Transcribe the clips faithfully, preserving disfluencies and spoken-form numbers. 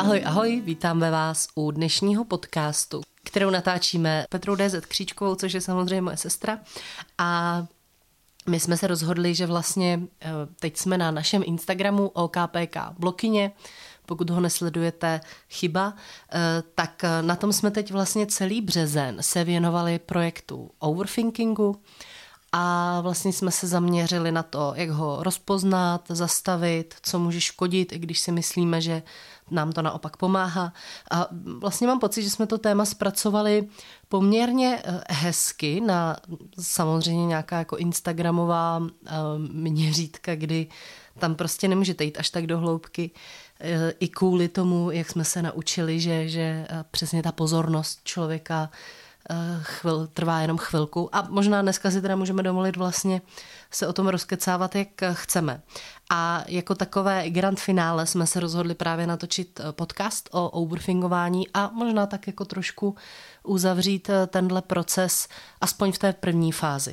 Ahoj, ahoj, vítáme vás u dnešního podcastu, kterou natáčíme Petrou D Z Kříčkovou, což je samozřejmě moje sestra. A my jsme se rozhodli, že vlastně teď jsme na našem Instagramu O K P K Blokyně. Pokud ho nesledujete, chyba, tak na tom jsme teď vlastně celý březen se věnovali projektu overthinkingu a vlastně jsme se zaměřili na to, jak ho rozpoznat, zastavit, co může škodit, i když si myslíme, že nám to naopak pomáhá. A vlastně mám pocit, že jsme to téma zpracovali poměrně hezky na samozřejmě nějaká jako instagramová měřítka, kdy tam prostě nemůžete jít až tak do hloubky. I kvůli tomu, jak jsme se naučili, že, že přesně ta pozornost člověka chvil, trvá jenom chvilku a možná dneska si teda můžeme dovolit vlastně se o tom rozkecávat, jak chceme. A jako takové grand finále jsme se rozhodli právě natočit podcast o overthinkování a možná tak jako trošku uzavřít tenhle proces aspoň v té první fázi.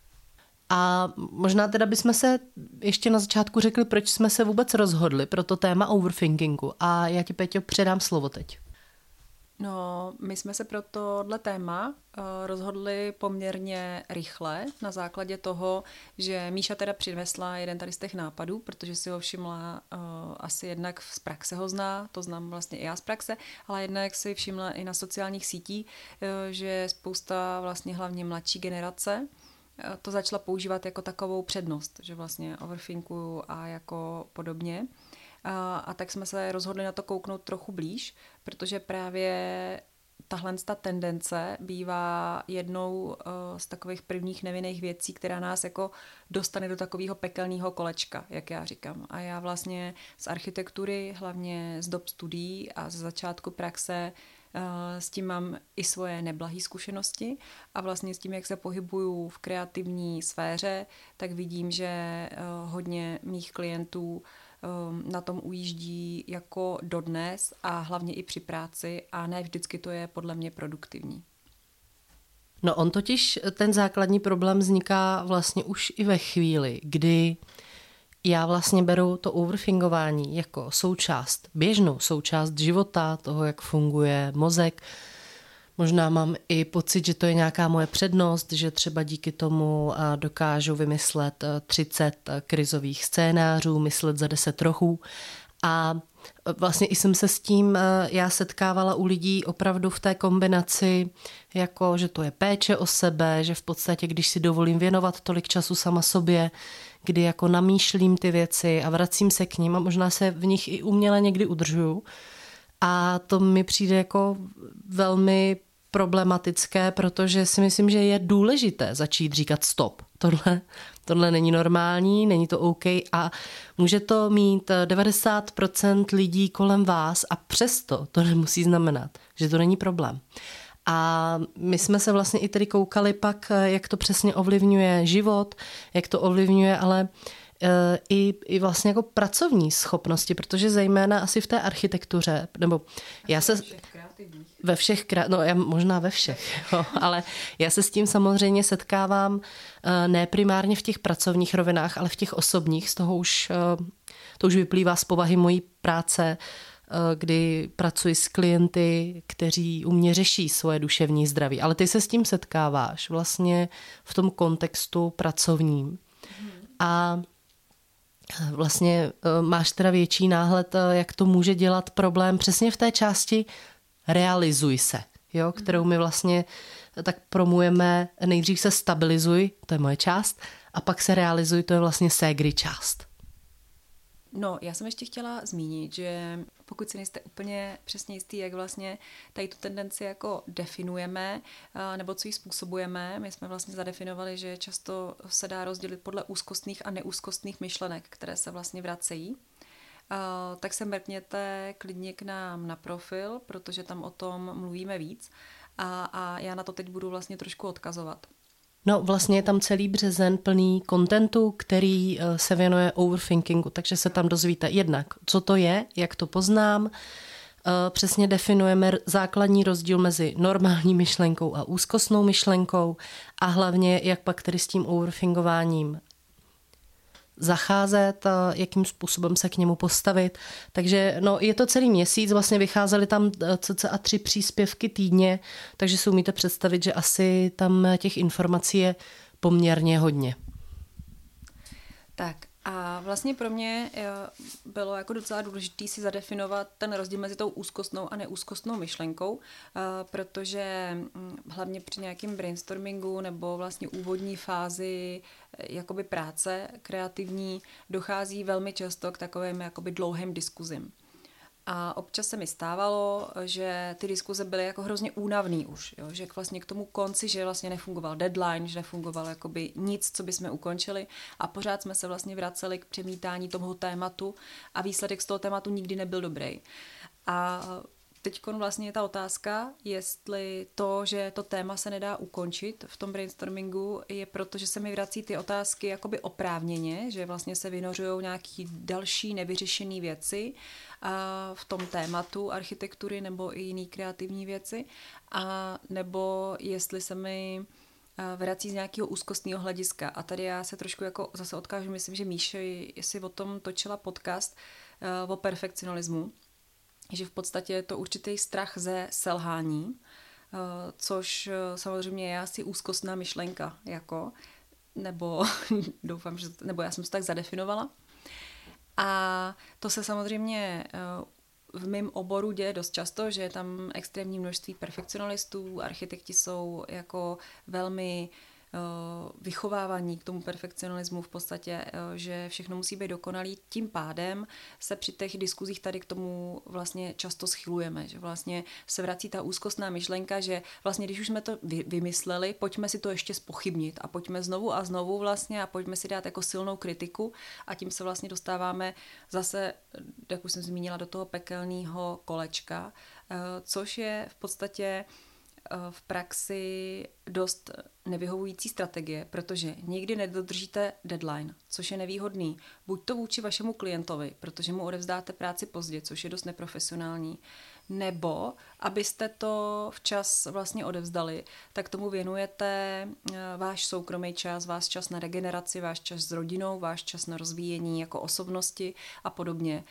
A možná teda bychom se ještě na začátku řekli, proč jsme se vůbec rozhodli pro to téma overthinkingu. A já ti, Peťo, předám slovo teď. No, my jsme se pro tohle téma uh, rozhodli poměrně rychle na základě toho, že Míša teda přinesla jeden tady z těch nápadů, protože si ho všimla uh, asi jednak z praxe ho zná, to znám vlastně i já z praxe, ale jednak si všimla i na sociálních sítích, uh, že spousta vlastně hlavně mladší generace to začala používat jako takovou přednost, že vlastně overthinkuju a jako podobně. A, a tak jsme se rozhodli na to kouknout trochu blíž, protože právě tahle ta tendence bývá jednou uh, z takových prvních nevinných věcí, která nás jako dostane do takového pekelného kolečka, jak já říkám. A já vlastně z architektury, hlavně z dob studií a z začátku praxe s tím mám i svoje neblahé zkušenosti a vlastně s tím, jak se pohybuju v kreativní sféře, tak vidím, že hodně mých klientů na tom ujíždí jako dodnes a hlavně i při práci a ne vždycky to je podle mě produktivní. No on totiž, ten základní problém vzniká vlastně už i ve chvíli, kdy já vlastně beru to overthinkování jako součást, běžnou součást života, toho, jak funguje mozek. Možná mám i pocit, že to je nějaká moje přednost, že třeba díky tomu dokážu vymyslet třicet krizových scénářů, myslet za deset rohů. A vlastně i jsem se s tím já setkávala u lidí opravdu v té kombinaci, jako že to je péče o sebe, že v podstatě, když si dovolím věnovat tolik času sama sobě, kdy jako namýšlím ty věci a vracím se k ním a možná se v nich i uměle někdy udržuju. A to mi přijde jako velmi problematické, protože si myslím, že je důležité začít říkat stop. Tohle, tohle není normální, není to OK a může to mít devadesát procent lidí kolem vás a přesto to nemusí znamenat, že to není problém. A my jsme se vlastně i tedy koukali pak, jak to přesně ovlivňuje život, jak to ovlivňuje ale i, i vlastně jako pracovní schopnosti, protože zejména asi v té architektuře, nebo já se... Ve všech, no já možná ve všech, jo, ale já se s tím samozřejmě setkávám ne primárně v těch pracovních rovinách, ale v těch osobních, z toho už, to už vyplývá z povahy mojí práce, kdy pracuji s klienty, kteří u mě řeší svoje duševní zdraví. Ale ty se s tím setkáváš vlastně v tom kontextu pracovním. A vlastně máš teda větší náhled, jak to může dělat problém přesně v té části realizuj se, jo, kterou my vlastně tak promujeme, nejdřív se stabilizuj, to je moje část, a pak se realizuj, to je vlastně ségry část. No, já jsem ještě chtěla zmínit, že pokud si nejste úplně přesně jistý, jak vlastně tady tu tendenci jako definujeme, nebo co ji způsobujeme, my jsme vlastně zadefinovali, že často se dá rozdělit podle úzkostných a neúzkostných myšlenek, které se vlastně vracejí. Tak se mrkněte klidně k nám na profil, protože tam o tom mluvíme víc a, a já na to teď budu vlastně trošku odkazovat. No vlastně je tam celý březen plný kontentu, který se věnuje overthinkingu, takže se tam dozvíte jednak, co to je, jak to poznám, přesně definujeme základní rozdíl mezi normální myšlenkou a úzkostnou myšlenkou a hlavně, jak pak tedy s tím overthinkováním zacházet, jakým způsobem se k němu postavit. Takže no, je to celý měsíc, vlastně vycházely tam cca tři příspěvky týdně, takže si umíte představit, že asi tam těch informací je poměrně hodně. Tak a vlastně pro mě bylo jako docela důležité si zadefinovat ten rozdíl mezi tou úzkostnou a neúzkostnou myšlenkou, protože hlavně při nějakém brainstormingu nebo vlastně úvodní fázi jakoby práce kreativní dochází velmi často k takovým jakoby dlouhým diskuzím. A občas se mi stávalo, že ty diskuze byly jako hrozně únavný už, jo? Že vlastně k tomu konci, že vlastně nefungoval deadline, že nefungoval jakoby nic, co bychom ukončili a pořád jsme se vlastně vraceli k přemítání toho tématu a výsledek z toho tématu nikdy nebyl dobrý. A teď vlastně je ta otázka, jestli to, že to téma se nedá ukončit v tom brainstormingu, je proto, že se mi vrací ty otázky jakoby oprávněně, že vlastně se vynořujou nějaký další nevyřešené věci v tom tématu architektury nebo i jiný kreativní věci, a nebo jestli se mi vrací z nějakého úzkostného hlediska. A tady já se trošku jako zase odkážu, myslím, že Míša si o tom točila podcast o perfekcionalismu, že v podstatě je to určitý strach ze selhání, což samozřejmě je asi úzkostná myšlenka, jako, nebo doufám, že, nebo já jsem to tak zadefinovala. A to se samozřejmě v mém oboru děje dost často, že je tam extrémní množství perfekcionalistů, architekti jsou jako velmi vychovávaní k tomu perfekcionalismu v podstatě, že všechno musí být dokonalý. Tím pádem se při těch diskuzích tady k tomu vlastně často schylujeme, že vlastně se vrací ta úzkostná myšlenka, že vlastně když už jsme to vymysleli, pojďme si to ještě zpochybnit a pojďme znovu a znovu vlastně a pojďme si dát jako silnou kritiku a tím se vlastně dostáváme zase, jak už jsem zmínila, do toho pekelného kolečka, což je v podstatě v praxi dost nevyhovující strategie, protože nikdy nedodržíte deadline, což je nevýhodný. Buď to vůči vašemu klientovi, protože mu odevzdáte práci pozdě, což je dost neprofesionální, nebo abyste to včas vlastně odevzdali, tak tomu věnujete váš soukromý čas, váš čas na regeneraci, váš čas s rodinou, váš čas na rozvíjení jako osobnosti a podobně.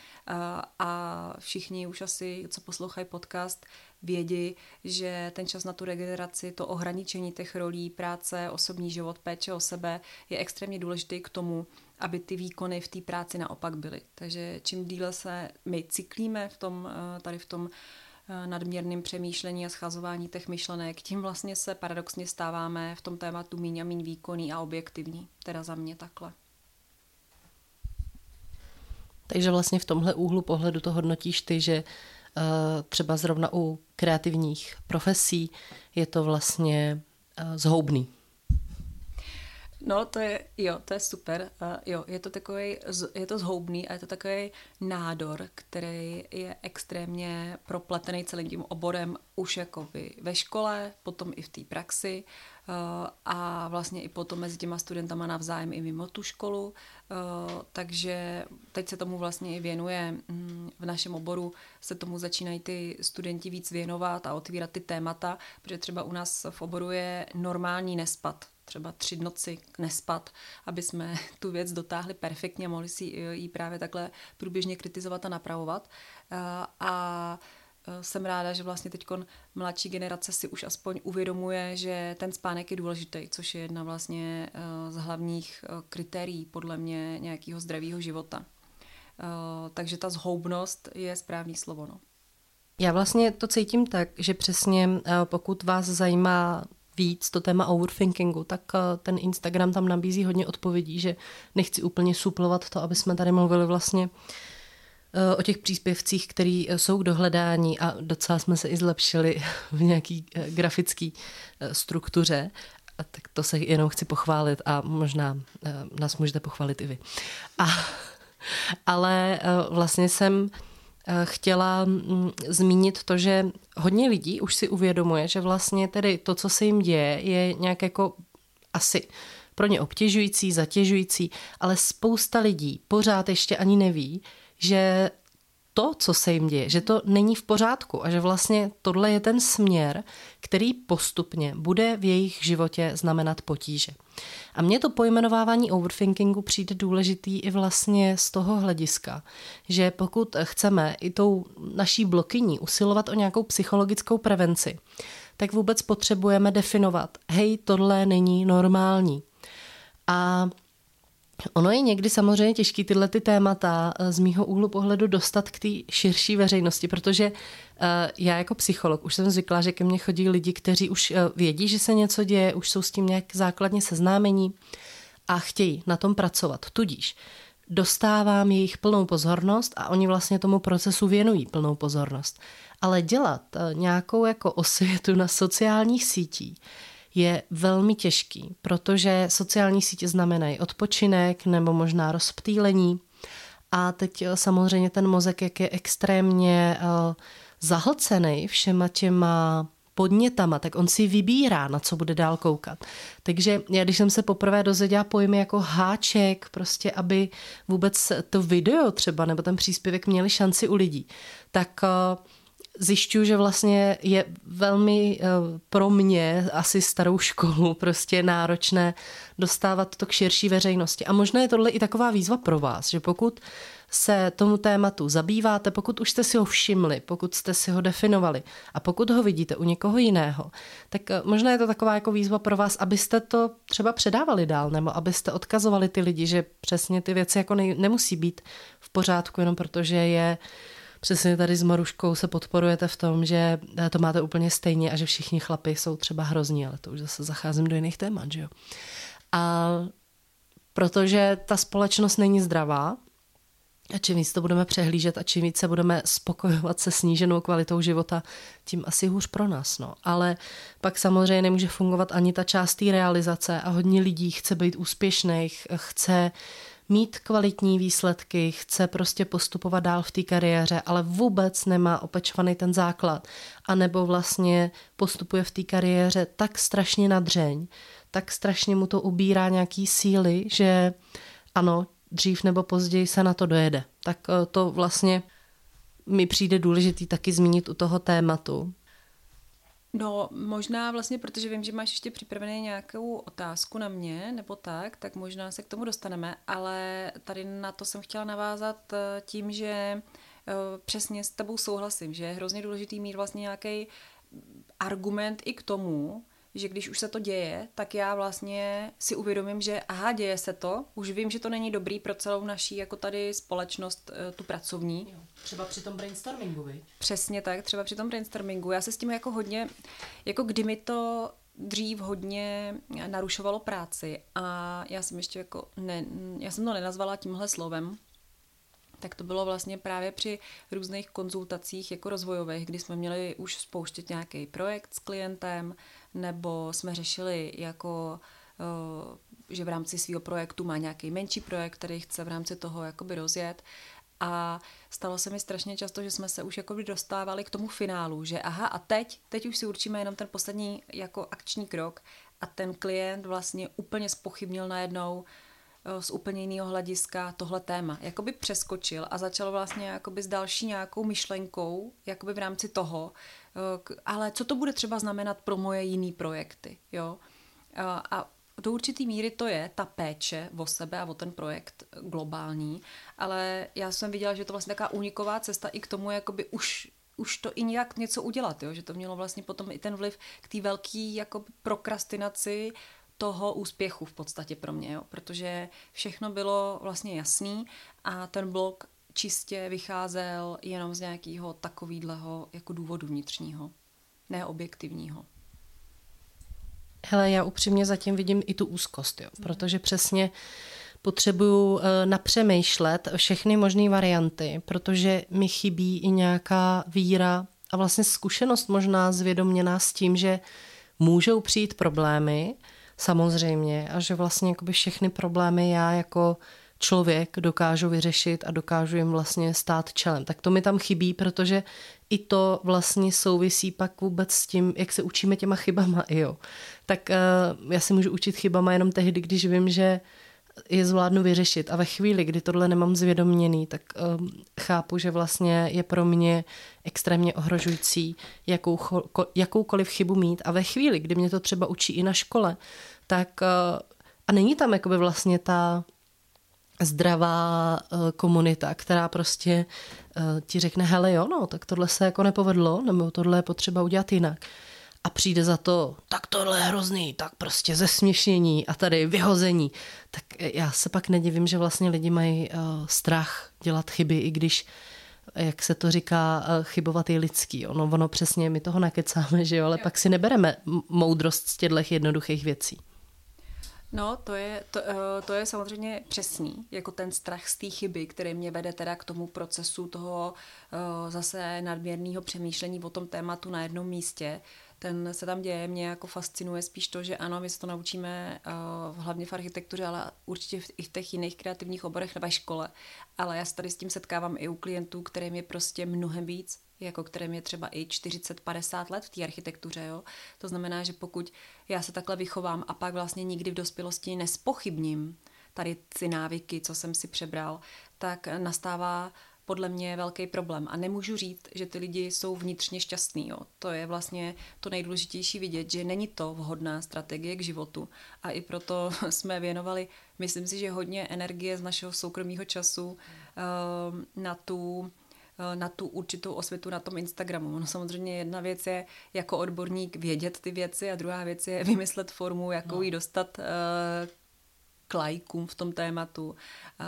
A všichni už asi, co poslouchají podcast, vědí, že ten čas na tu regeneraci, to ohraničení těch rolí, práce, osobní život, péče o sebe je extrémně důležitý k tomu, aby ty výkony v té práci naopak byly. Takže čím díle se my cyklíme v tom, tady v tom nadměrném přemýšlení a schazování těch myšlenek, tím vlastně se paradoxně stáváme v tom tématu míň a míň výkonný a objektivní. Teda za mě takhle. Takže vlastně v tomhle úhlu pohledu to hodnotíš ty, že uh, třeba zrovna u kreativních profesí je to vlastně uh, zhoubný. No, to je, jo, to je super. Uh, jo, je to takový, je to zhoubný a je to takový nádor, který je extrémně propletený celým tím oborem už jakoby ve škole, potom i v té praxi uh, a vlastně i potom mezi těma studentama navzájem i mimo tu školu. Uh, takže teď se tomu vlastně i věnuje, um, v našem oboru se tomu začínají ty studenti víc věnovat a otvírat ty témata, protože třeba u nás v oboru je normální nespat. Třeba tři noci nespat, aby jsme tu věc dotáhli perfektně a mohli si ji právě takhle průběžně kritizovat a napravovat. A jsem ráda, že vlastně teď mladší generace si už aspoň uvědomuje, že ten spánek je důležitý, což je jedna vlastně z hlavních kritérií podle mě nějakého zdravého života. Takže ta zhoubnost je správný slovo. No. Já vlastně to cítím tak, že přesně pokud vás zajímá víc to téma overthinkingu, tak ten Instagram tam nabízí hodně odpovědí, že nechci úplně suplovat to, aby jsme tady mluvili vlastně o těch příspěvcích, které jsou k dohledání a docela jsme se i zlepšili v nějaký grafický struktuře. A tak to se jenom chci pochválit a možná nás můžete pochválit i vy. A, ale vlastně jsem chtěla zmínit to, že hodně lidí už si uvědomuje, že vlastně tedy to, co se jim děje, je nějak jako asi pro ně obtěžující, zatěžující, ale spousta lidí pořád ještě ani neví, že to, co se jim děje, že to není v pořádku a že vlastně tohle je ten směr, který postupně bude v jejich životě znamenat potíže. A mně to pojmenovávání overthinkingu přijde důležitý i vlastně z toho hlediska, že pokud chceme i tou naší blokyní usilovat o nějakou psychologickou prevenci, tak vůbec potřebujeme definovat, hej, tohle není normální. A ono je někdy samozřejmě těžké tyhle ty témata z mýho úhlu pohledu dostat k té širší veřejnosti, protože já jako psycholog už jsem zvyklá, že ke mně chodí lidi, kteří už vědí, že se něco děje, už jsou s tím nějak základně seznámení a chtějí na tom pracovat. Tudíž dostávám jejich plnou pozornost a oni vlastně tomu procesu věnují plnou pozornost. Ale dělat nějakou jako osvětu na sociálních sítích je velmi těžký, protože sociální sítě znamenají odpočinek nebo možná rozptýlení a teď samozřejmě ten mozek, jak je extrémně uh, zahlcený všema těma podnětama, tak on si vybírá, na co bude dál koukat. Takže já, když jsem se poprvé dozvěděla pojmy jako háček, prostě aby vůbec to video třeba nebo ten příspěvek měli šanci u lidí, tak uh, zjišťuju, že vlastně je velmi pro mě asi starou školu prostě náročné dostávat to k širší veřejnosti. A možná je tohle i taková výzva pro vás, že pokud se tomu tématu zabýváte, pokud už jste si ho všimli, pokud jste si ho definovali a pokud ho vidíte u někoho jiného, tak možná je to taková jako výzva pro vás, abyste to třeba předávali dál nebo abyste odkazovali ty lidi, že přesně ty věci jako ne- nemusí být v pořádku jenom protože je přesně tady s Maruškou se podporujete v tom, že to máte úplně stejně a že všichni chlapi jsou třeba hrozní, ale to už zase zacházím do jiných témat, že jo. A protože ta společnost není zdravá a čím víc to budeme přehlížet a čím víc se budeme spokojovat se sníženou kvalitou života, tím asi hůř pro nás, no. Ale pak samozřejmě nemůže fungovat ani ta část té realizace a hodně lidí chce být úspěšných, chce mít kvalitní výsledky, chce prostě postupovat dál v té kariéře, ale vůbec nemá opečovaný ten základ. A nebo vlastně postupuje v té kariéře tak strašně na dřeň, tak strašně mu to ubírá nějaký síly, že ano, dřív nebo později se na to dojede. Tak to vlastně mi přijde důležitý taky zmínit u toho tématu. No možná vlastně, protože vím, že máš ještě připravený nějakou otázku na mě, nebo tak, tak možná se k tomu dostaneme, ale tady na to jsem chtěla navázat tím, že přesně s tebou souhlasím, že je hrozně důležitý mít vlastně nějaký argument i k tomu, že když už se to děje, tak já vlastně si uvědomím, že aha, děje se to, už vím, že to není dobrý pro celou naší jako tady společnost, tu pracovní. Jo, třeba při tom brainstormingu, viď? Přesně tak, třeba při tom brainstormingu. Já se s tím jako hodně, jako kdy mi to dřív hodně narušovalo práci a já jsem ještě jako, ne, já jsem to nenazvala tímhle slovem, tak to bylo vlastně právě při různých konzultacích jako rozvojových, kdy jsme měli už spouštět nějaký projekt s klientem, nebo jsme řešili jako, že v rámci svého projektu má nějaký menší projekt, který chce v rámci toho jakoby rozjet. A stalo se mi strašně často, že jsme se už jakoby dostávali k tomu finálu, že aha, a teď, teď už si určíme jenom ten poslední jako akční krok a ten klient vlastně úplně zpochybnil najednou z úplně jiného hlediska tohle téma. Jakoby přeskočil a začal vlastně jakoby s další nějakou myšlenkou, jakoby v rámci toho, ale co to bude třeba znamenat pro moje jiný projekty, jo? A do určitý míry to je ta péče o sebe a o ten projekt globální, ale já jsem viděla, že to vlastně taková úniková cesta i k tomu, jakoby už už to i nějak něco udělat, jo? Že to mělo vlastně potom i ten vliv k té velké jako prokrastinaci toho úspěchu v podstatě pro mě, jo? Protože všechno bylo vlastně jasný a ten blok čistě vycházel jenom z nějakého takovýhleho jako důvodu vnitřního, ne objektivního. Hele, já upřímně zatím vidím i tu úzkost, jo? Protože přesně potřebuju uh, napřemýšlet všechny možné varianty, protože mi chybí i nějaká víra a vlastně zkušenost možná zvědoměná s tím, že můžou přijít problémy, samozřejmě, a že vlastně jakoby všechny problémy já jako člověk dokážu vyřešit a dokážu jim vlastně stát čelem. Tak to mi tam chybí, protože i to vlastně souvisí pak vůbec s tím, jak se učíme těma chybama, jo. Tak uh, já si můžu učit chybama jenom tehdy, když vím, že je zvládnu vyřešit. A ve chvíli, kdy tohle nemám zvědoměný, tak um, chápu, že vlastně je pro mě extrémně ohrožující jakou, jakoukoliv chybu mít. A ve chvíli, kdy mě to třeba učí i na škole, tak uh, a není tam jakoby vlastně ta zdravá uh, komunita, která prostě uh, ti řekne, hele jo, no, tak tohle se jako nepovedlo, nebo tohle je potřeba udělat jinak. A přijde za to, tak tohle je hrozný, tak prostě zesměšnění a tady vyhození. Tak já se pak nedivím, že vlastně lidi mají uh, strach dělat chyby, i když, jak se to říká, uh, chybovat je lidský. Ono, ono přesně, my toho nakecáme, že jo, ale jo. Pak si nebereme moudrost z těchto jednoduchých věcí. No, to je, to, to je samozřejmě přesný, jako ten strach z té chyby, který mě vede teda k tomu procesu toho zase nadměrného přemýšlení o tom tématu na jednom místě. Ten se tam děje, mě jako fascinuje spíš to, že ano, my se to naučíme hlavně v architektuře, ale určitě i v těch jiných kreativních oborech ve škole. Ale já se tady s tím setkávám i u klientů, kterým je prostě mnohem víc, jako kterým je třeba i čtyřicet padesát let v té architektuře. Jo? To znamená, že pokud já se takhle vychovám a pak vlastně nikdy v dospělosti nespochybním tady ty návyky, co jsem si přebral, tak nastává podle mě velký problém. A nemůžu říct, že ty lidi jsou vnitřně šťastní. Jo. To je vlastně to nejdůležitější vidět, že není to vhodná strategie k životu. A i proto jsme věnovali, myslím si, že hodně energie z našeho soukromého času uh, na tu na tu určitou osvětu na tom Instagramu. No samozřejmě jedna věc je jako odborník vědět ty věci a druhá věc je vymyslet formu, jakou no. ji dostat uh, k lajkům v tom tématu. Uh,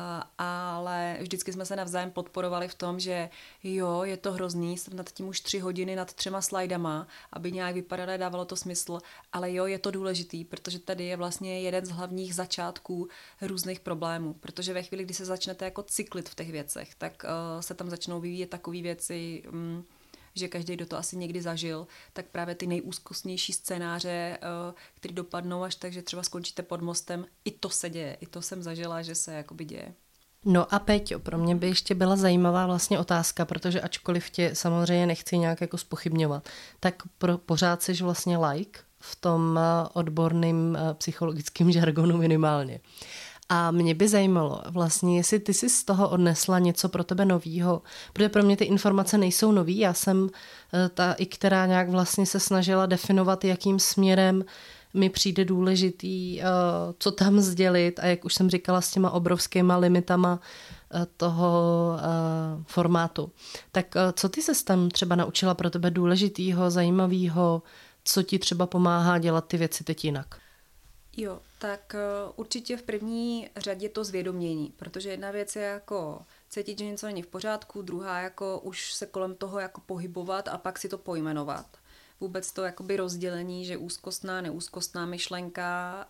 ale vždycky jsme se navzájem podporovali v tom, že jo, je to hrozný, jsem nad tím už tři hodiny nad třema slajdama, aby nějak vypadalo, dávalo to smysl, ale jo, je to důležitý, protože tady je vlastně jeden z hlavních začátků různých problémů, protože ve chvíli, kdy se začnete jako cyklit v těch věcech, tak uh, se tam začnou vyvíjet takové věci, um, že každý, kdo to asi někdy zažil, tak právě ty nejúzkostnější scénáře, které dopadnou až tak, že třeba skončíte pod mostem, i to se děje, i to jsem zažila, že se jakoby děje. No a Peťo, pro mě by ještě byla zajímavá vlastně otázka, protože ačkoliv tě samozřejmě nechci nějak jako zpochybňovat, tak pro, pořád jsi vlastně like v tom odborným psychologickém žargonu minimálně. A mě by zajímalo vlastně, jestli ty jsi z toho odnesla něco pro tebe novýho, protože pro mě ty informace nejsou nový, já jsem ta, i která nějak vlastně se snažila definovat, jakým směrem mi přijde důležitý, co tam sdělit a jak už jsem říkala s těma obrovskýma limitama toho formátu. Tak co ty ses tam třeba naučila pro tebe důležitýho, zajímavého, co ti třeba pomáhá dělat ty věci teď jinak? Jo, tak určitě v první řadě to zvědomění, protože jedna věc je jako cítit, že něco není v pořádku, druhá jako už se kolem toho jako pohybovat a pak si to pojmenovat. Vůbec to jakoby rozdělení, že úzkostná, neúzkostná myšlenka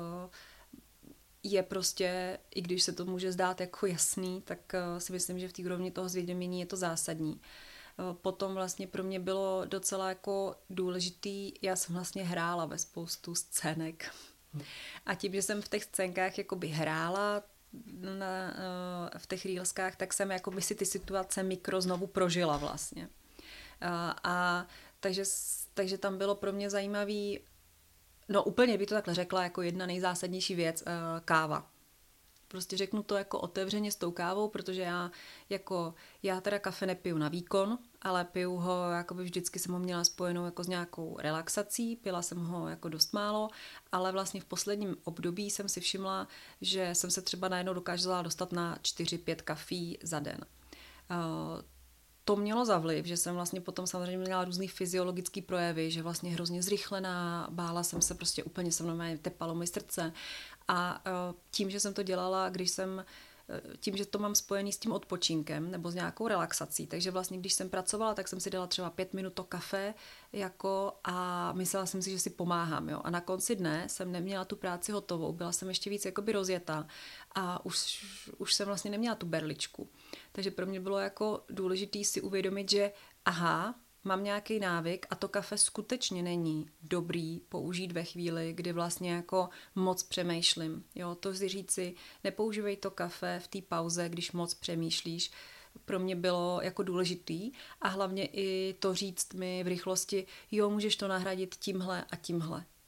je prostě, i když se to může zdát jako jasný, tak si myslím, že v té úrovni toho zvědomění je to zásadní. Potom vlastně pro mě bylo docela jako důležitý, já jsem vlastně hrála ve spoustu scének. A tím, že jsem v těch scénkách jakoby hrála na, v těch reelskách, tak jsem jakoby si ty situace mikro znovu prožila vlastně. A, a takže, takže tam bylo pro mě zajímavý, no úplně by to takhle řekla, jako jedna nejzásadnější věc, káva. Prostě řeknu to jako otevřeně s tou kávou, protože já jako, já teda kafe nepiju na výkon, ale piju ho, jakoby vždycky jsem ho měla spojenou jako s nějakou relaxací, pila jsem ho jako dost málo, ale vlastně v posledním období jsem si všimla, že jsem se třeba najednou dokázala dostat na čtyři pět kafí za den. Uh, To mělo za vliv, že jsem vlastně potom samozřejmě měla různý fyziologický projevy, že vlastně hrozně zrychlená, bála jsem se, prostě úplně se mnou tepalo moje srdce. A tím, že jsem to dělala, když jsem, tím, že to mám spojený s tím odpočinkem nebo s nějakou relaxací, takže vlastně když jsem pracovala, tak jsem si dala třeba pět minut to kafe jako a myslela jsem si, že si pomáhám. Jo? A na konci dne jsem neměla tu práci hotovou, byla jsem ještě víc jakoby rozjetá a už, už jsem vlastně neměla tu berličku. Takže pro mě bylo jako důležité si uvědomit, že aha, mám nějaký návyk a to kafe skutečně není dobrý použít ve chvíli, kdy vlastně jako moc přemýšlím. Jo, to si říci, nepoužívej to kafe v té pauze, když moc přemýšlíš. Pro mě bylo jako důležitý a hlavně i to říct mi v rychlosti, jo, můžeš to nahradit tímhle a tímhle.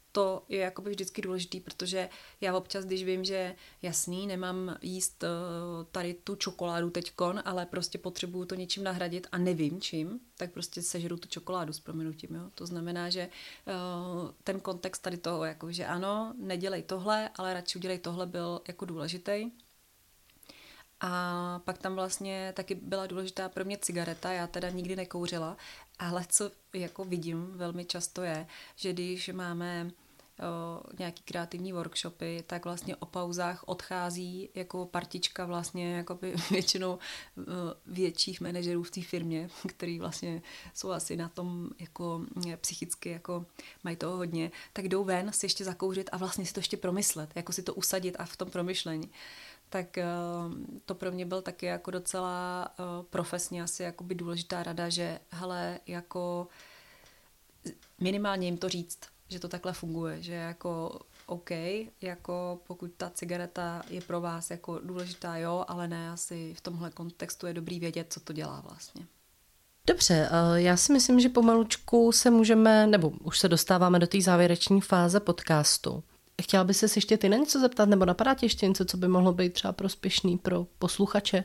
to je jakoby vždycky důležitý, protože já občas, když vím, že jasný, nemám jíst tady tu čokoládu teďkon, ale prostě potřebuju to něčím nahradit a nevím čím, tak prostě sežeru tu čokoládu s prominutím. Jo? To znamená, že ten kontext tady toho, jako, že ano, nedělej tohle, ale radši udělej tohle, byl jako důležitý. A pak tam vlastně taky byla důležitá pro mě cigareta, já teda nikdy nekouřila, ale co jako vidím velmi často je, že když máme o, nějaký kreativní workshopy, tak vlastně o pauzách odchází jako partička vlastně jakoby většinou o, větších manažerů v té firmě, který vlastně jsou asi na tom jako psychicky jako mají toho hodně, tak jdou ven si ještě zakouřit a vlastně si to ještě promyslet, jako si to usadit a v tom promyšlení. Tak to pro mě byl taky jako docela profesně asi jakoby důležitá rada, že hele, jako minimálně jim to říct, že to takhle funguje, že jako OK, jako pokud ta cigareta je pro vás jako důležitá, jo, ale ne, asi v tomhle kontextu je dobrý vědět, co to dělá vlastně. Dobře, já si myslím, že pomalučku se můžeme, nebo už se dostáváme do té závěreční fáze podcastu. Chtěla by ses ještě ty na něco zeptat, nebo napadá tě ještě něco, co by mohlo být třeba prospěšný pro posluchače?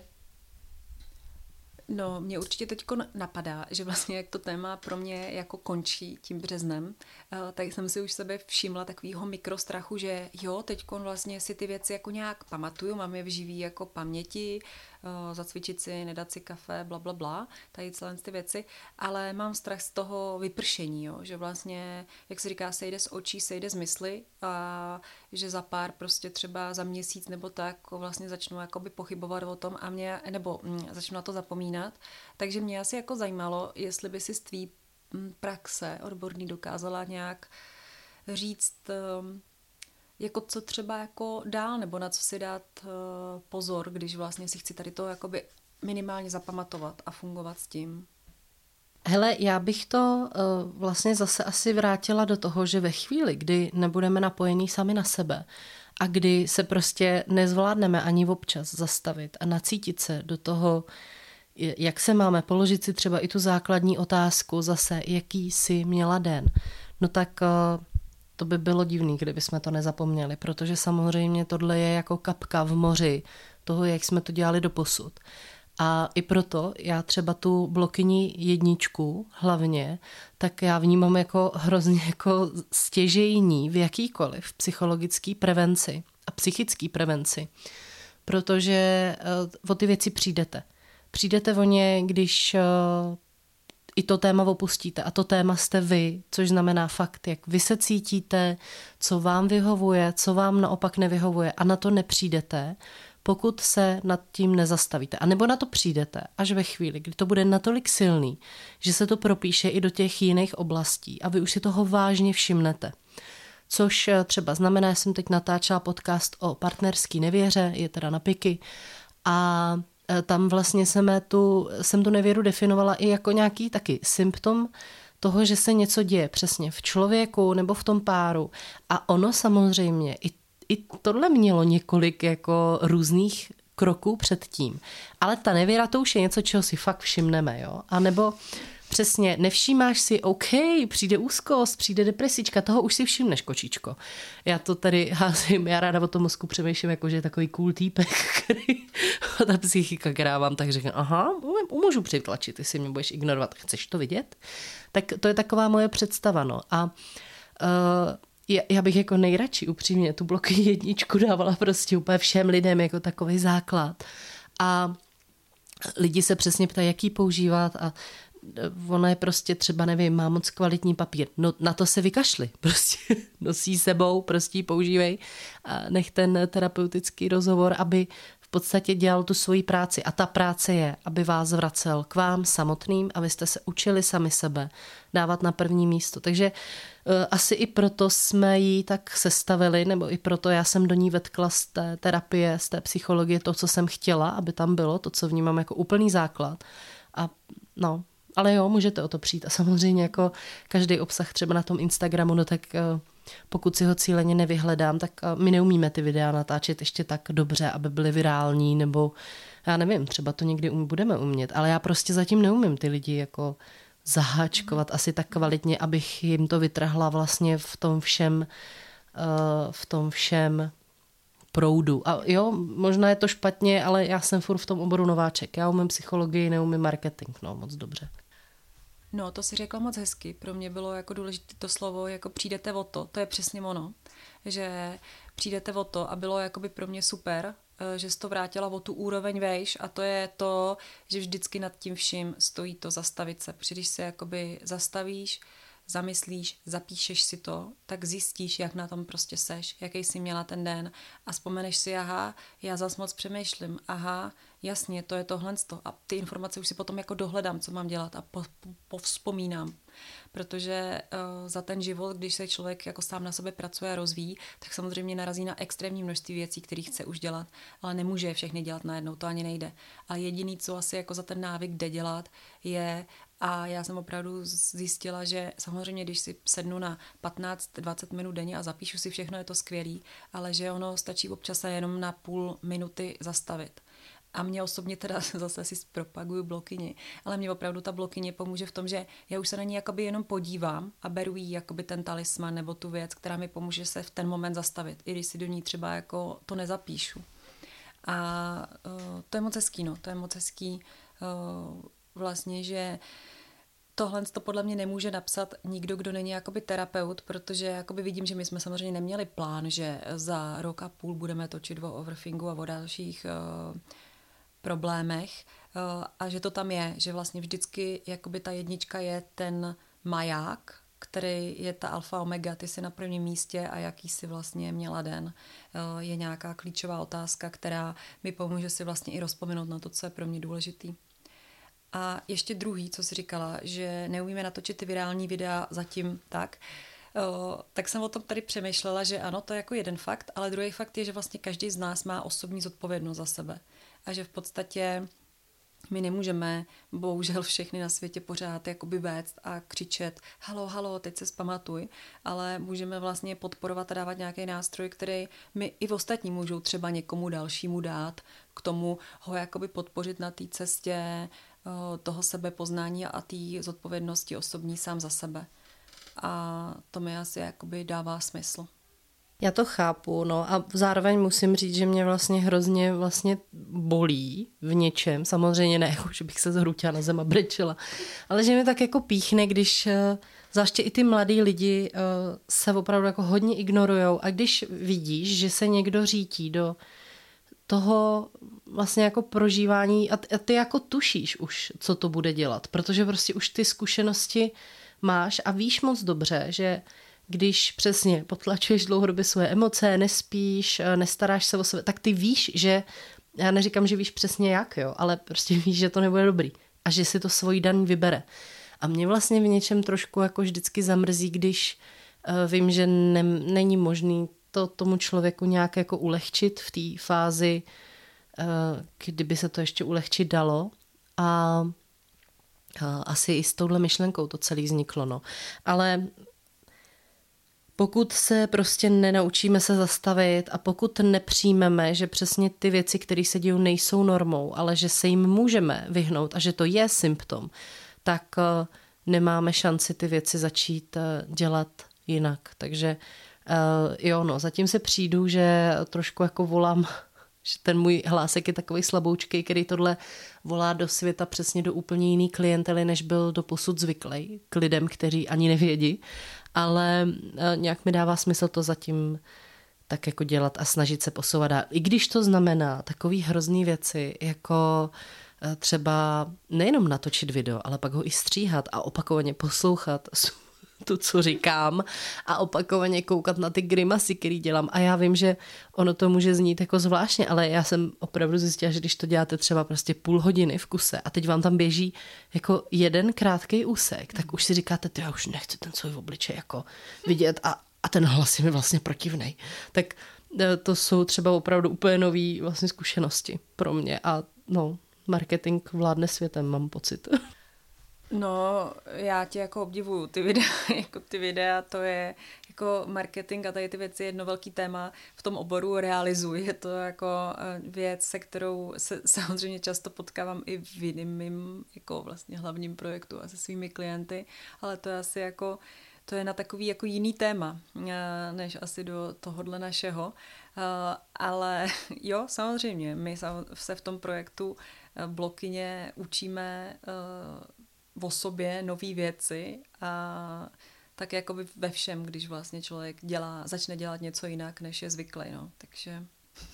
No, mě určitě teďko napadá, že vlastně jak to téma pro mě jako končí tím březnem, tak jsem si už sebe všimla takovýho mikrostrachu, že jo, teďko vlastně si ty věci jako nějak pamatuju, mám je v živý jako paměti, zacvičit si, nedat si kafe, bla, bla, bla, tady celé ty věci, ale mám strach z toho vypršení, jo, že vlastně, jak se říká, sejde z očí, sejde z mysli a že za pár prostě třeba za měsíc nebo tak vlastně začnu jakoby pochybovat o tom a mě, nebo hm, začnu na to zapomínat, takže mě asi jako zajímalo, jestli by si z tvý praxe odborný dokázala nějak říct, jako co třeba jako dál, nebo na co si dát uh, pozor, když vlastně si chci tady to jakoby minimálně zapamatovat a fungovat s tím. Hele, já bych to uh, vlastně zase asi vrátila do toho, že ve chvíli, kdy nebudeme napojení sami na sebe a kdy se prostě nezvládneme ani občas zastavit a nacítit se do toho, jak se máme, položit si třeba i tu základní otázku zase, jaký jsi měla den, no tak uh, to by bylo divný, kdyby jsme to nezapomněli, protože samozřejmě tohle je jako kapka v moři toho, jak jsme to dělali doposud. A i proto já třeba tu blokyni jedničku hlavně, tak já vnímám jako hrozně jako stěžejní v jakýkoliv psychologické prevenci a psychické prevenci, protože o ty věci přijdete. Přijdete o ně, když i to téma opustíte a to téma jste vy, což znamená fakt, jak vy se cítíte, co vám vyhovuje, co vám naopak nevyhovuje a na to nepřijdete, pokud se nad tím nezastavíte. A nebo na to přijdete až ve chvíli, kdy to bude natolik silný, že se to propíše i do těch jiných oblastí a vy už si toho vážně všimnete. Což třeba znamená, že jsem teď natáčela podcast o partnerský nevěře, je teda na Piky a tam vlastně jsem tu, jsem tu nevěru definovala i jako nějaký taky symptom toho, že se něco děje přesně v člověku nebo v tom páru. A ono samozřejmě, i, i tohle mělo několik jako různých kroků předtím. Ale ta nevěra to už je něco, čeho si fakt všimneme, jo? A nebo přesně, nevšímáš si, OK, přijde úzkost, přijde depresička, toho už si všimneš, kočičko. Já to tady házím, já ráda o tom mozku přemýšlím, jako že je takový cool týpek, který ta psychika, která vám tak řekne, aha, můžu přitlačit, jestli mě budeš ignorovat, chceš to vidět? Tak to je taková moje představa, no. A uh, já bych jako nejradši upřímně tu bloky jedničku dávala prostě úplně všem lidem jako takový základ. A lidi se přesně ptají, jaký používat a ona je prostě třeba, nevím, má moc kvalitní papír. No na to se vykašli. Prostě nosí sebou, prostě ji používej a nech ten terapeutický rozhovor, aby v podstatě dělal tu svoji práci. A ta práce je, aby vás vracel k vám samotným, a vy jste se učili sami sebe dávat na první místo. Takže uh, asi i proto jsme ji tak sestavili, nebo i proto já jsem do ní vetkla z té terapie, z té psychologie to, co jsem chtěla, aby tam bylo, to, co vnímám jako úplný základ. A no, ale jo, můžete o to přijít. A samozřejmě jako každý obsah třeba na tom Instagramu, no tak pokud si ho cíleně nevyhledám, tak my neumíme ty videa natáčet ještě tak dobře, aby byly virální, nebo já nevím, třeba to někdy um, budeme umět, ale já prostě zatím neumím ty lidi jako zaháčkovat asi tak kvalitně, abych jim to vytrhla vlastně v tom všem, v tom všem proudu. A jo, možná je to špatně, ale já jsem furt v tom oboru nováček. Já umím psychologii, neumím marketing, no moc dobře. No, to si řekla moc hezky. Pro mě bylo jako důležité to slovo, jako přijdete o to. To je přesně ono, že přijdete o to a bylo jakoby pro mě super, že jsi to vrátila o tu úroveň vejš a to je to, že vždycky nad tím vším stojí to zastavit se. Protože když se jakoby zastavíš, zamyslíš, zapíšeš si to, tak zjistíš, jak na tom prostě seš, jaký jsi měla ten den a vzpomeneš si, aha, já zas moc přemýšlím, aha, jasně, to je tohle a ty informace už si potom jako dohledám, co mám dělat a po, po, povzpomínám. Protože uh, za ten život, když se člověk jako sám na sobě pracuje a rozvíjí, tak samozřejmě narazí na extrémní množství věcí, které chce už dělat, ale nemůže je všechny dělat najednou, to ani nejde. A jediný, co asi jako za ten návyk jde dělat, je, a já jsem opravdu zjistila, že samozřejmě, když si sednu na patnáct dvacet minut denně a zapíšu si všechno, je to skvělý, ale že ono stačí občas se jenom na půl minuty zastavit. A mě osobně teda zase si propaguju blokyni, ale mě opravdu ta blokyně pomůže v tom, že já už se na ní jakoby jenom podívám a beru jí jakoby ten talisman nebo tu věc, která mi pomůže se v ten moment zastavit, i když si do ní třeba jako to nezapíšu. A uh, to je moc hezký, no, to je moc hezký uh, vlastně, že tohle to podle mě nemůže napsat nikdo, kdo není jakoby terapeut, protože jakoby vidím, že my jsme samozřejmě neměli plán, že za rok a půl budeme točit o overthinkingu a o dalších uh, problémech uh, a že to tam je, že vlastně vždycky jakoby ta jednička je ten maják, který je ta alfa omega, ty jsi na prvním místě a jaký jsi vlastně měla den. Uh, je nějaká klíčová otázka, která mi pomůže si vlastně i rozpomenout na to, co je pro mě důležitý. A ještě druhý, co jsi říkala, že neumíme natočit ty virální videa zatím tak, o, tak jsem o tom tady přemýšlela, že ano, to je jako jeden fakt, ale druhý fakt je, že vlastně každý z nás má osobní zodpovědnost za sebe. A že v podstatě my nemůžeme bohužel všechny na světě pořád jakoby vést a křičet halo, halo, teď se zpamatuj, ale můžeme vlastně podporovat a dávat nějaký nástroj, který my i v ostatní můžou třeba někomu dalšímu dát, k tomu ho jakoby podpořit na té cestě toho sebepoznání a té zodpovědnosti osobní sám za sebe. A to mi asi jakoby dává smysl. Já to chápu, no a zároveň musím říct, že mě vlastně hrozně vlastně bolí v něčem, samozřejmě ne, jako, že bych se zhrutila na zem a brečela, ale že mi tak jako píchne, když zvláště i ty mladí lidi se opravdu jako hodně ignorujou a když vidíš, že se někdo řítí do toho vlastně jako prožívání a ty, a ty jako tušíš už, co to bude dělat, protože prostě už ty zkušenosti máš a víš moc dobře, že když přesně potlačuješ dlouhodobě svoje emoce, nespíš, nestaráš se o sebe, tak ty víš, že, já neříkám, že víš přesně jak, jo, ale prostě víš, že to nebude dobrý a že si to svojí daní vybere. A mě vlastně v něčem trošku jako vždycky zamrzí, když uh, vím, že ne, není možný to tomu člověku nějak jako ulehčit v té fázi, kdyby se to ještě ulehčit dalo. A asi i s touhle myšlenkou to celé vzniklo. No. Ale pokud se prostě nenaučíme se zastavit a pokud nepřijmeme, že přesně ty věci, které se dějí, nejsou normou, ale že se jim můžeme vyhnout a že to je symptom, tak nemáme šanci ty věci začít dělat jinak. Takže Uh, jo, no, zatím se přijdu, že trošku jako volám, že ten můj hlásek je takový slaboučkej, který tohle volá do světa přesně do úplně jiný klientely, než byl doposud zvyklý k lidem, kteří ani nevědí, ale uh, nějak mi dává smysl to zatím tak jako dělat a snažit se posouvat dál. I když to znamená takový hrozný věci, jako uh, třeba nejenom natočit video, ale pak ho i stříhat a opakovaně poslouchat to, co říkám a opakovaně koukat na ty grimasy, který dělám. A já vím, že ono to může znít jako zvláštně, ale já jsem opravdu zjistila, že když to děláte třeba prostě půl hodiny v kuse a teď vám tam běží jako jeden krátký úsek, tak už si říkáte, ty já už nechci ten svůj obličej jako vidět a, a ten hlas je mi vlastně protivnej. Tak to jsou třeba opravdu úplně nový vlastně zkušenosti pro mě a no, marketing vládne světem, mám pocit. No, já tě jako obdivuju, ty videa, jako ty videa, to je jako marketing a tady ty věci je jedno velký téma v tom oboru realizuj. Je to jako věc, se kterou se samozřejmě často potkávám i v jiným mým jako vlastně hlavním projektu a se svými klienty, ale to je asi jako, to je na takový jako jiný téma, než asi do tohohle našeho. Ale jo, samozřejmě, my se v tom projektu Blokyně učíme o sobě nové věci a tak jako ve všem, když vlastně člověk dělá, začne dělat něco jinak, než je zvyklý, no, takže...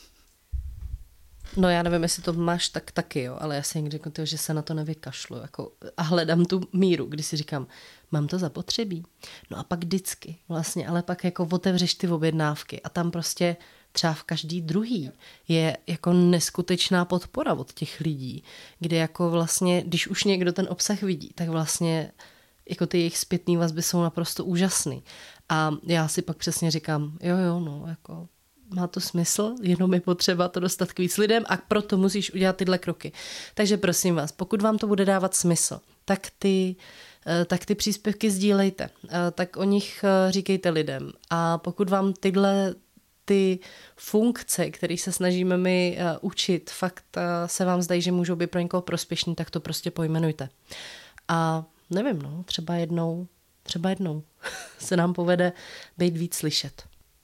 No já nevím, jestli to máš tak taky, jo, ale já si někdy řeknu, že se na to nevykašlu, jako, a hledám tu míru, kdy si říkám, mám to zapotřebí. No a pak vždycky vlastně, ale pak jako otevřeš ty objednávky a tam prostě třeba v každý druhý je jako neskutečná podpora od těch lidí, kde jako vlastně, když už někdo ten obsah vidí, tak vlastně jako ty jejich zpětný vazby jsou naprosto úžasný. A já si pak přesně říkám, jo, jo, no, jako má to smysl, jenom je potřeba to dostat k víc lidem a proto musíš udělat tyhle kroky. Takže prosím vás, pokud vám to bude dávat smysl, tak ty, tak ty příspěvky sdílejte, tak o nich říkejte lidem. A pokud vám tyhle ty funkce, které se snažíme my uh, učit, fakt uh, se vám zdají, že můžou být pro někoho prospěšný, tak to prostě pojmenujte. A nevím, no, třeba jednou, třeba jednou se nám povede být víc slyšet.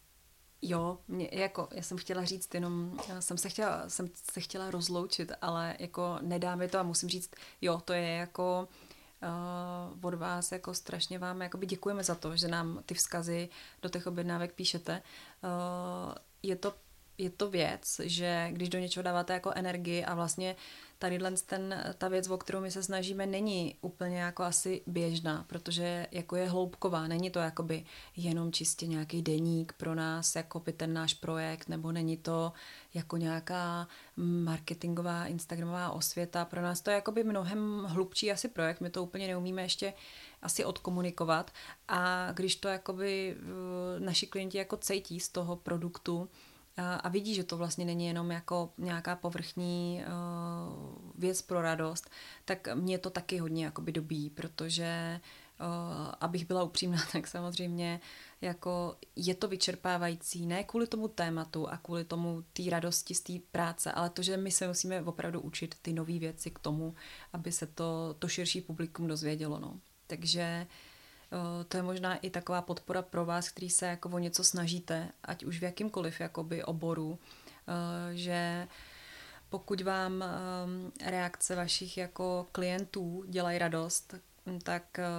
Jo, mě, jako, já jsem chtěla říct jenom, jsem se chtěla, jsem se chtěla rozloučit, ale jako nedá mi to a musím říct, jo, to je jako uh, od vás, jako strašně vám jakoby děkujeme za to, že nám ty vzkazy do těch objednávek píšete. Uh, je to je to věc, že když do něčeho dáváte jako energii a vlastně tady ten, ta věc, o kterou my se snažíme, není úplně jako asi běžná, protože jako je hloubková, není to jakoby jenom čistě nějaký deník pro nás, jako by ten náš projekt, nebo není to jako nějaká marketingová, instagramová osvěta, pro nás to je jakoby mnohem hlubší asi projekt, my to úplně neumíme ještě asi odkomunikovat a když to jakoby naši klienti jako cítí z toho produktu, a vidí, že to vlastně není jenom jako nějaká povrchní uh, věc pro radost, tak mě to taky hodně jakoby dobíjí, protože uh, abych byla upřímná, tak samozřejmě jako je to vyčerpávající, ne kvůli tomu tématu a kvůli tomu té radosti z té práce, ale to, že my se musíme opravdu učit ty nové věci k tomu, aby se to, to širší publikum dozvědělo. No. Takže to je možná i taková podpora pro vás, který se jako o něco snažíte, ať už v jakýmkoliv jakoby oboru, že pokud vám reakce vašich jako klientů dělají radost, tak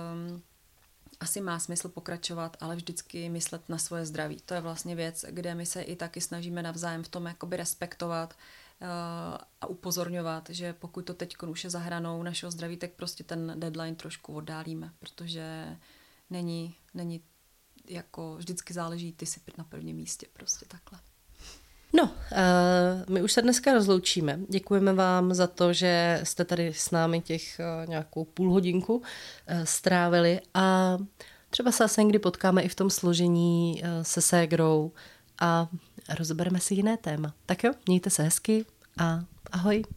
asi má smysl pokračovat, ale vždycky myslet na svoje zdraví. To je vlastně věc, kde my se i taky snažíme navzájem v tom jakoby respektovat a upozorňovat, že pokud to teď už je za hranou našeho zdraví, tak prostě ten deadline trošku oddálíme, protože není, není jako vždycky záleží, ty si na prvním místě, prostě takhle. No, uh, my už se dneska rozloučíme. Děkujeme vám za to, že jste tady s námi těch uh, nějakou půl hodinku uh, strávili a třeba se asi někdy potkáme i v tom složení uh, se ségrou a rozebereme si jiné téma. Tak jo, mějte se hezky a ahoj.